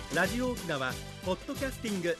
ラジオ沖縄ポッドキャスティング。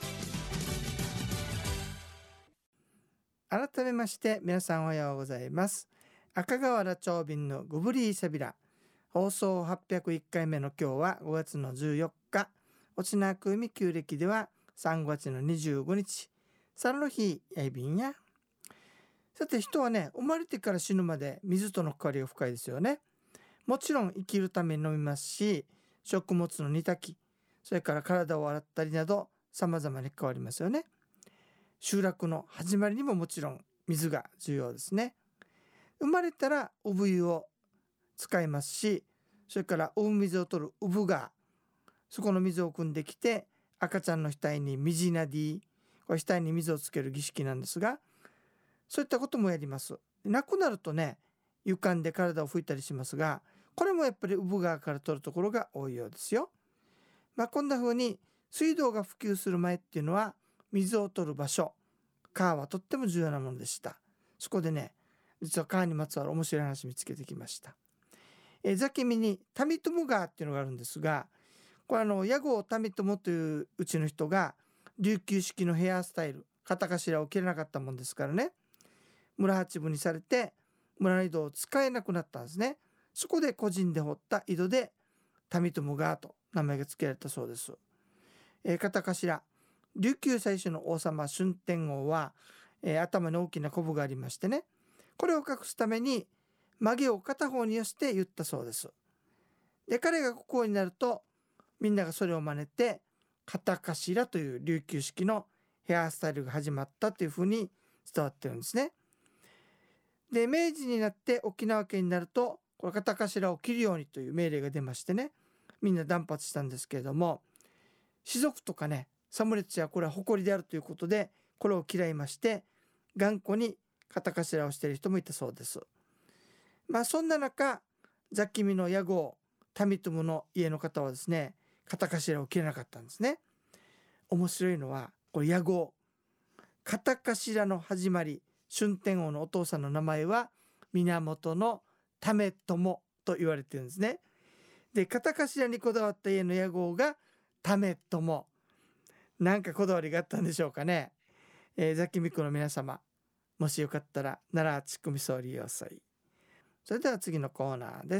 改めまして皆さんおはようございます。赤瓦長瓶のグブリーサビラ放送801回目の今日は5月の14日、沖縄海旧暦では3月の25日、サルの日やいびんや。さて、人はね、生まれてから死ぬまで水との関わりが深いですよね。もちろん生きるために飲みますし、食物の煮炊き、それから体を洗ったりなど様々に関わりますよね。集落の始まりにももちろん水が重要ですね。生まれたら産湯を使いますし、それから産水を取る産がそこの水を汲んできて赤ちゃんの額に水なディ、これ額に水をつける儀式なんですが、そういったこともやります。亡くなるとね、床んで体を拭いたりしますが、これもやっぱり産川から取るところが多いようですよ。こんな風に水道が普及する前っていうのは水を取る場所、川はとっても重要なものでした。そこでね、実は川にまつわる面白い話見つけてきました。ザキミにタミトモ川っていうのがあるんですが、これ屋号タミトモといううちの人が琉球式のヘアスタイル、肩頭を切れなかったもんですからね、村八分にされて村の井戸を使えなくなったんですね。そこで個人で掘った井戸でタミトモ川と名前が付けられたそうです。肩頭、琉球最初の王様春天王は、頭に大きなコブがありましてね、これを隠すために曲げを片方に寄せて言ったそうです。で、彼が国王になるとみんながそれを真似て肩頭という琉球式のヘアスタイルが始まったというふうに伝わってるんですね。で、明治になって沖縄県になるとこれ肩頭を切るようにという命令が出ましてね、みんな断髪したんですけれども、士族とかね、サムレッチはこれは誇りであるということでこれを嫌いまして頑固に肩頭をしている人もいたそうです。そんな中、ザキミの屋号タミトムの家の方はですね、肩頭を切れなかったんですね。面白いのはこれ屋号、肩頭の始まり、春天王のお父さんの名前は源の為朝と言われているんですね。で、肩頭にこだわった家の屋号が為朝、なんかこだわりがあったんでしょうかね。ザキミクの皆様、もしよかったら奈良ちくみそうりよさい。それでは次のコーナーです。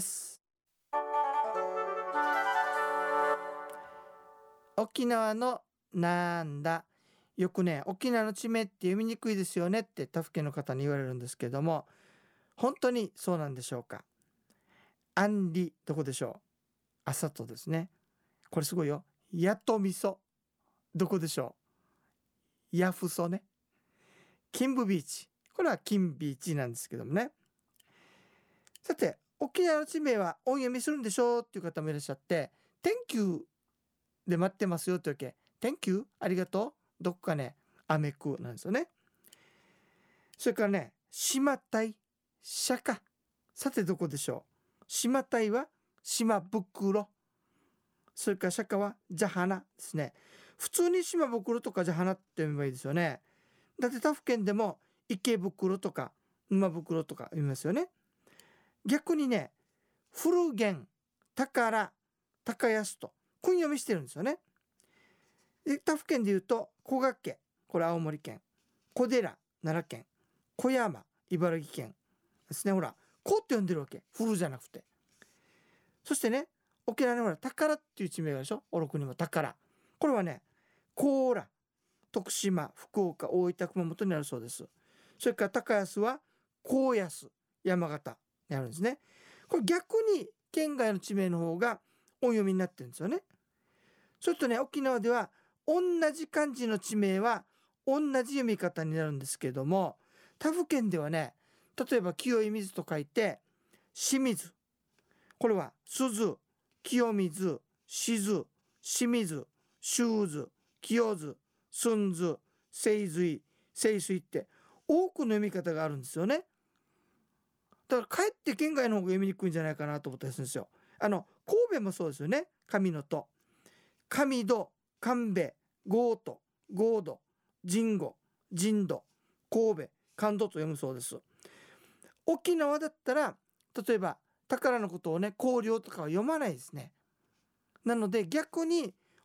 沖縄のなんだ、よくね、沖縄の地名って読みにくいですよねって他府県の方に言われるんですけども、本当にそうなんでしょうか。アンリ、どこでしょう。あさとですね。これすごいよ。やとみそ、どこでしょう。やふそね。キンブビーチ、これはキンビーチなんですけどもね。さて、沖縄の地名は音読みするんでしょうっていう方もいらっしゃって、Thank you で待ってますよってわけ。Thank you ありがとう、どこかね、アメクなんですよね。それからね、島台、釈迦、さてどこでしょう。島台は島袋、それから釈迦はジャハナですね。普通に島袋とかジャハナって読めばいいですよね。だって他府県でも池袋とか沼袋とか読みますよね。逆にね、古源、宝、高安と訓読みしてるんですよね。で、他府県でいうと小掛、これ青森県、小寺、奈良県、小山、茨城県ですね。ほら、こうって呼んでるわけ、古じゃなくて。そしてね、沖縄にほら宝っていう地名があるでしょ。おろくにも宝、これはね、高良、徳島、福岡、大分、熊本にあるそうです。それから高安は高安、山形にあるんですね。これ逆に県外の地名の方が音読みになってるんですよね。それとね、沖縄では同じ漢字の地名は同じ読み方になるんですけども、他府県ではね、例えば清い水と書いて清水、これは鈴、清水、静、清水、修図、清津、寸図、清水、清水って多くの読み方があるんですよね。だからかえって県外の方が読みにくいんじゃないかなと思ったりするんですよ。神戸もそうですよね。神のと神戸、神戸、ゴート、ゴード、神護、神戸、神戸、神戸と読むそうです。沖縄だったら例えば宝のことをね、光陵とかは読まないですね。なので逆に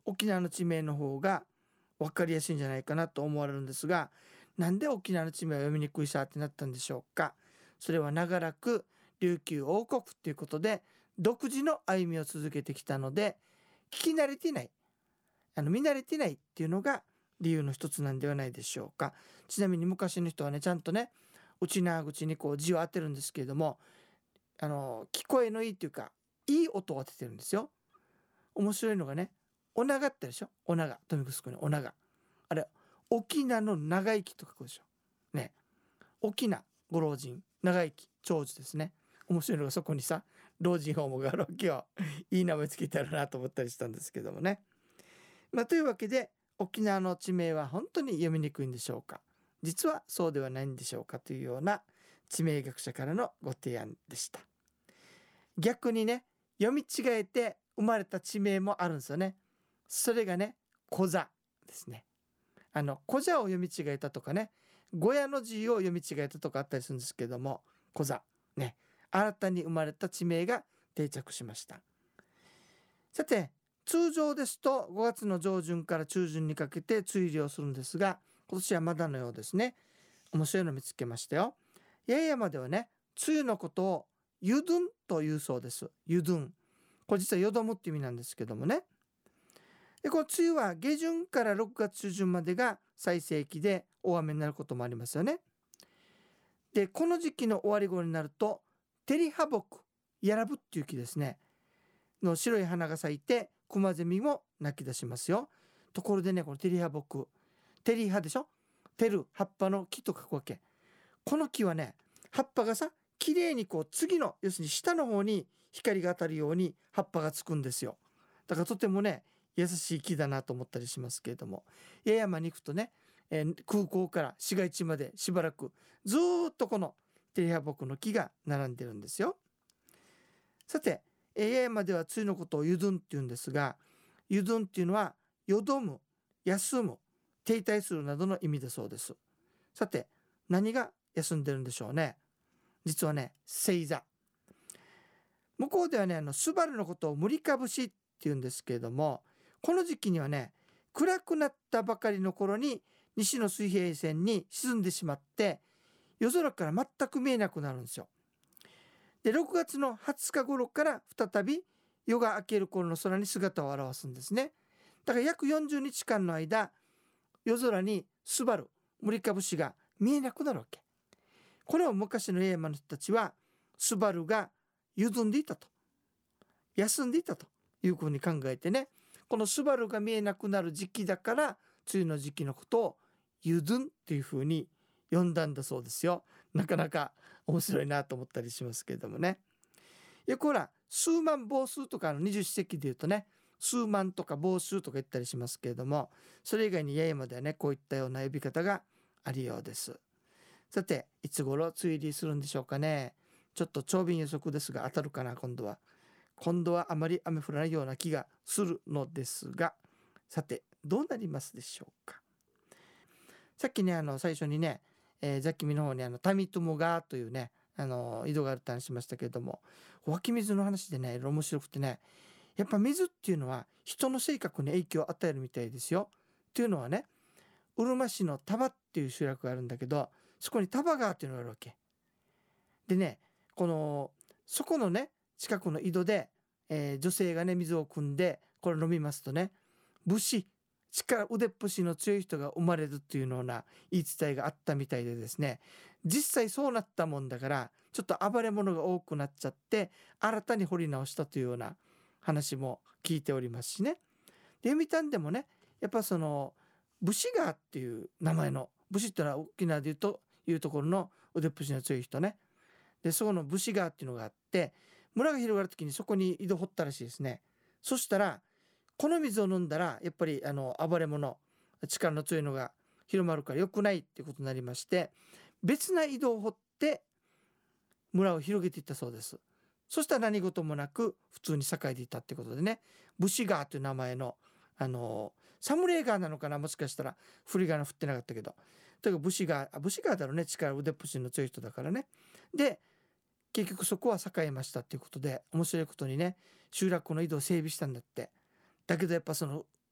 沖縄の地名の方が分かりやすいんじゃないかなと思われるんですが、なんで沖縄の地名は読みにくいさってなったんでしょうか。それは長らく琉球王国ということで独自の歩みを続けてきたので、聞き慣れていない、見慣れていないっていうのが理由の一つなんではないでしょうか。ちなみに昔の人はね、ちゃんとね、内縄口にこう字を当てるんですけれども、聞こえのいいっていうか、いい音を当ててるんですよ。面白いのがね、おながってでしょ。おなが、富城のおなが、あれ沖縄の長生きと書くでしょね。沖縄ご老人、長生き長寿ですね。面白いのがそこにさ、老人ホームがあるわけよ。いい名前つけたらなと思ったりしたんですけどもね。というわけで、沖縄の地名は本当に読みにくいんでしょうか、実はそうではないんでしょうかというような地名学者からのご提案でした。逆にね、読み違えて生まれた地名もあるんですよね。それがね、小座ですね。小座を読み違えたとかね、小屋の字を読み違えたとかあったりするんですけども、小座ね、新たに生まれた地名が定着しました。さて、通常ですと5月の上旬から中旬にかけて梅雨入りをするんですが、今年はまだのようですね。面白いの見つけましたよ。八重山ではね、梅雨のことをゆどんというそうです。ゆどん、これ実はよどむって意味なんですけどもね。で、この梅雨は下旬から6月中旬までが最盛期で大雨になることもありますよね。で、この時期の終わり頃になるとテリハボク、ヤラブっていう木ですねの白い花が咲いて、クマゼミも鳴き出しますよ。ところでね、このテリハボク、テリハでしょ、テル、葉っぱの木と書くわけ。この木はね、葉っぱがさ、きれいにこう次の、要するに下の方に光が当たるように葉っぱがつくんですよ。だからとてもね、優しい木だなと思ったりしますけれども、八重山に行くとね、空港から市街地までしばらくずっとこのテリハボクの木が並んでるんですよ。さて、八重山では梅雨のことをゆどんっていうんですが、ゆどんっていうのはよどむ、休む、停滞するなどの意味だそうです。さて、何が休んでるんでしょうね。実はね、星座。向こうではね、スバルのことを無理かぶしっていうんですけれども、この時期にはね、暗くなったばかりの頃に西の水平線に沈んでしまって、夜空から全く見えなくなるんですよ。で、6月の20日頃から再び夜が明ける頃の空に姿を現すんですね。だから約40日間の間、夜空にスバル、ムリカブシが見えなくなるわけ。これを昔の八重山の人たちは、スバルがゆずんでいたと、休んでいたというふうに考えてね、このスバルが見えなくなる時期だから、梅雨の時期のことをゆずんっていうふうに呼んだんだそうですよ。なかなか面白いなと思ったりしますけれどもね。よくほら、数万房数とかの二十四節気で言うとね、数万とか房数とか言ったりしますけれども、それ以外に八重山ではね、こういったような呼び方があるようです。さて、いつ頃梅雨入りするんでしょうかね。ちょっと長便予測ですが、当たるかな。今度はあまり雨降らないような気がするのですが、さてどうなりますでしょうか。さっきね、最初にね、ザキミの方にタミトモガというね、井戸があるって話しましたけれども、湧き水の話でね、面白くてね、やっぱ水っていうのは人の性格に影響を与えるみたいですよ。っていうのはね、うるま市の田場っていう集落があるんだけど、そこに田場川っていうのがあるわけでね、そこのね近くの井戸で、女性がね水を汲んでこれ飲みますとね、腕っぷしの強い人が生まれるっていうような言い伝えがあったみたいでですね、実際そうなったもんだからちょっと暴れ者が多くなっちゃって新たに掘り直したというような話も聞いておりますしね。で、読谷でもね、やっぱその武士川っていう名前の、武士ってのは沖縄でいうところの腕っぷしの強い人ね。で、そこの武士川っていうのがあって、村が広がる時にそこに井戸掘ったらしいですね。そしたらこの水を飲んだらやっぱり暴れ者、力の強いのが広まるから良くないっていうことになりまして、別な井戸を掘って村を広げていったそうです。そしたら何事もなく普通に栄えていたってことでね、武士川という名前の侍川なのかな、もしかしたら振り仮名振ってなかったけど、というか武士川だろうね、腕っぷしの強い人だからね。で、結局そこは栄えましたっていうことで、面白いことにね、集落の井戸を整備したんだって。だけどやっぱその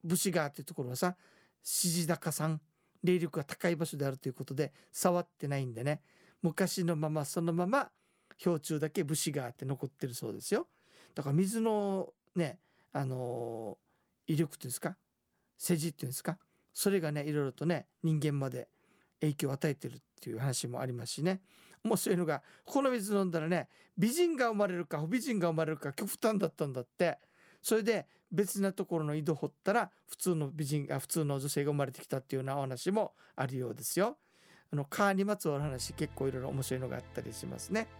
武士川っていうところはさ、支持高山、霊力が高い場所であるということで触ってないんでね、昔のままそのまま氷柱だけ武士川って残ってるそうですよ。だから水のね、威力っていうんですか、世辞っていうんですか、それがねいろいろとね人間まで影響を与えてるっていう話もありますしね。面白いのが、この水飲んだらね、美人が生まれるか不美人が生まれるか極端だったんだって。それで別なところの井戸掘ったら普通の普通の女性が生まれてきたっていうようなお話もあるようですよ。川にまつわる話、結構いろいろ面白いのがあったりしますね。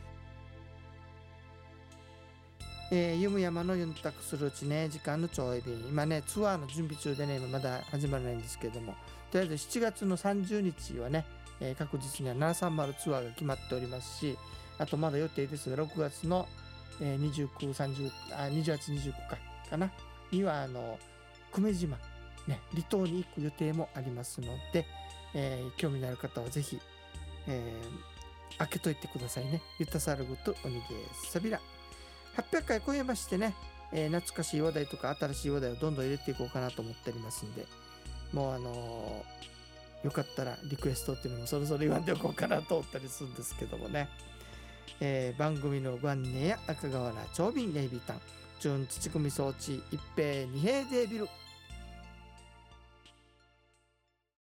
ゆむ山のユンタクするうちね、時間のちょい便、今ねツアーの準備中でね、今まだ始まらないんですけれども、とりあえず7月の30日はね、確実には730ツアーが決まっておりますし、あとまだ予定ですが6月の、29、30、28、29かなには久米島、ね、離島に行く予定もありますので、興味のある方はぜひ、開けといてくださいね。ゆたさるぐとおにげさびら800回超えましてね、懐かしい話題とか新しい話題をどんどん入れていこうかなと思っておりますんで、もうよかったらリクエストっていうのもそろそろ言わんでおこうかなと思ったりするんですけどもね、番組のご案内や赤瓦長瓶ネイビータンチューン土組装置一平二平デービル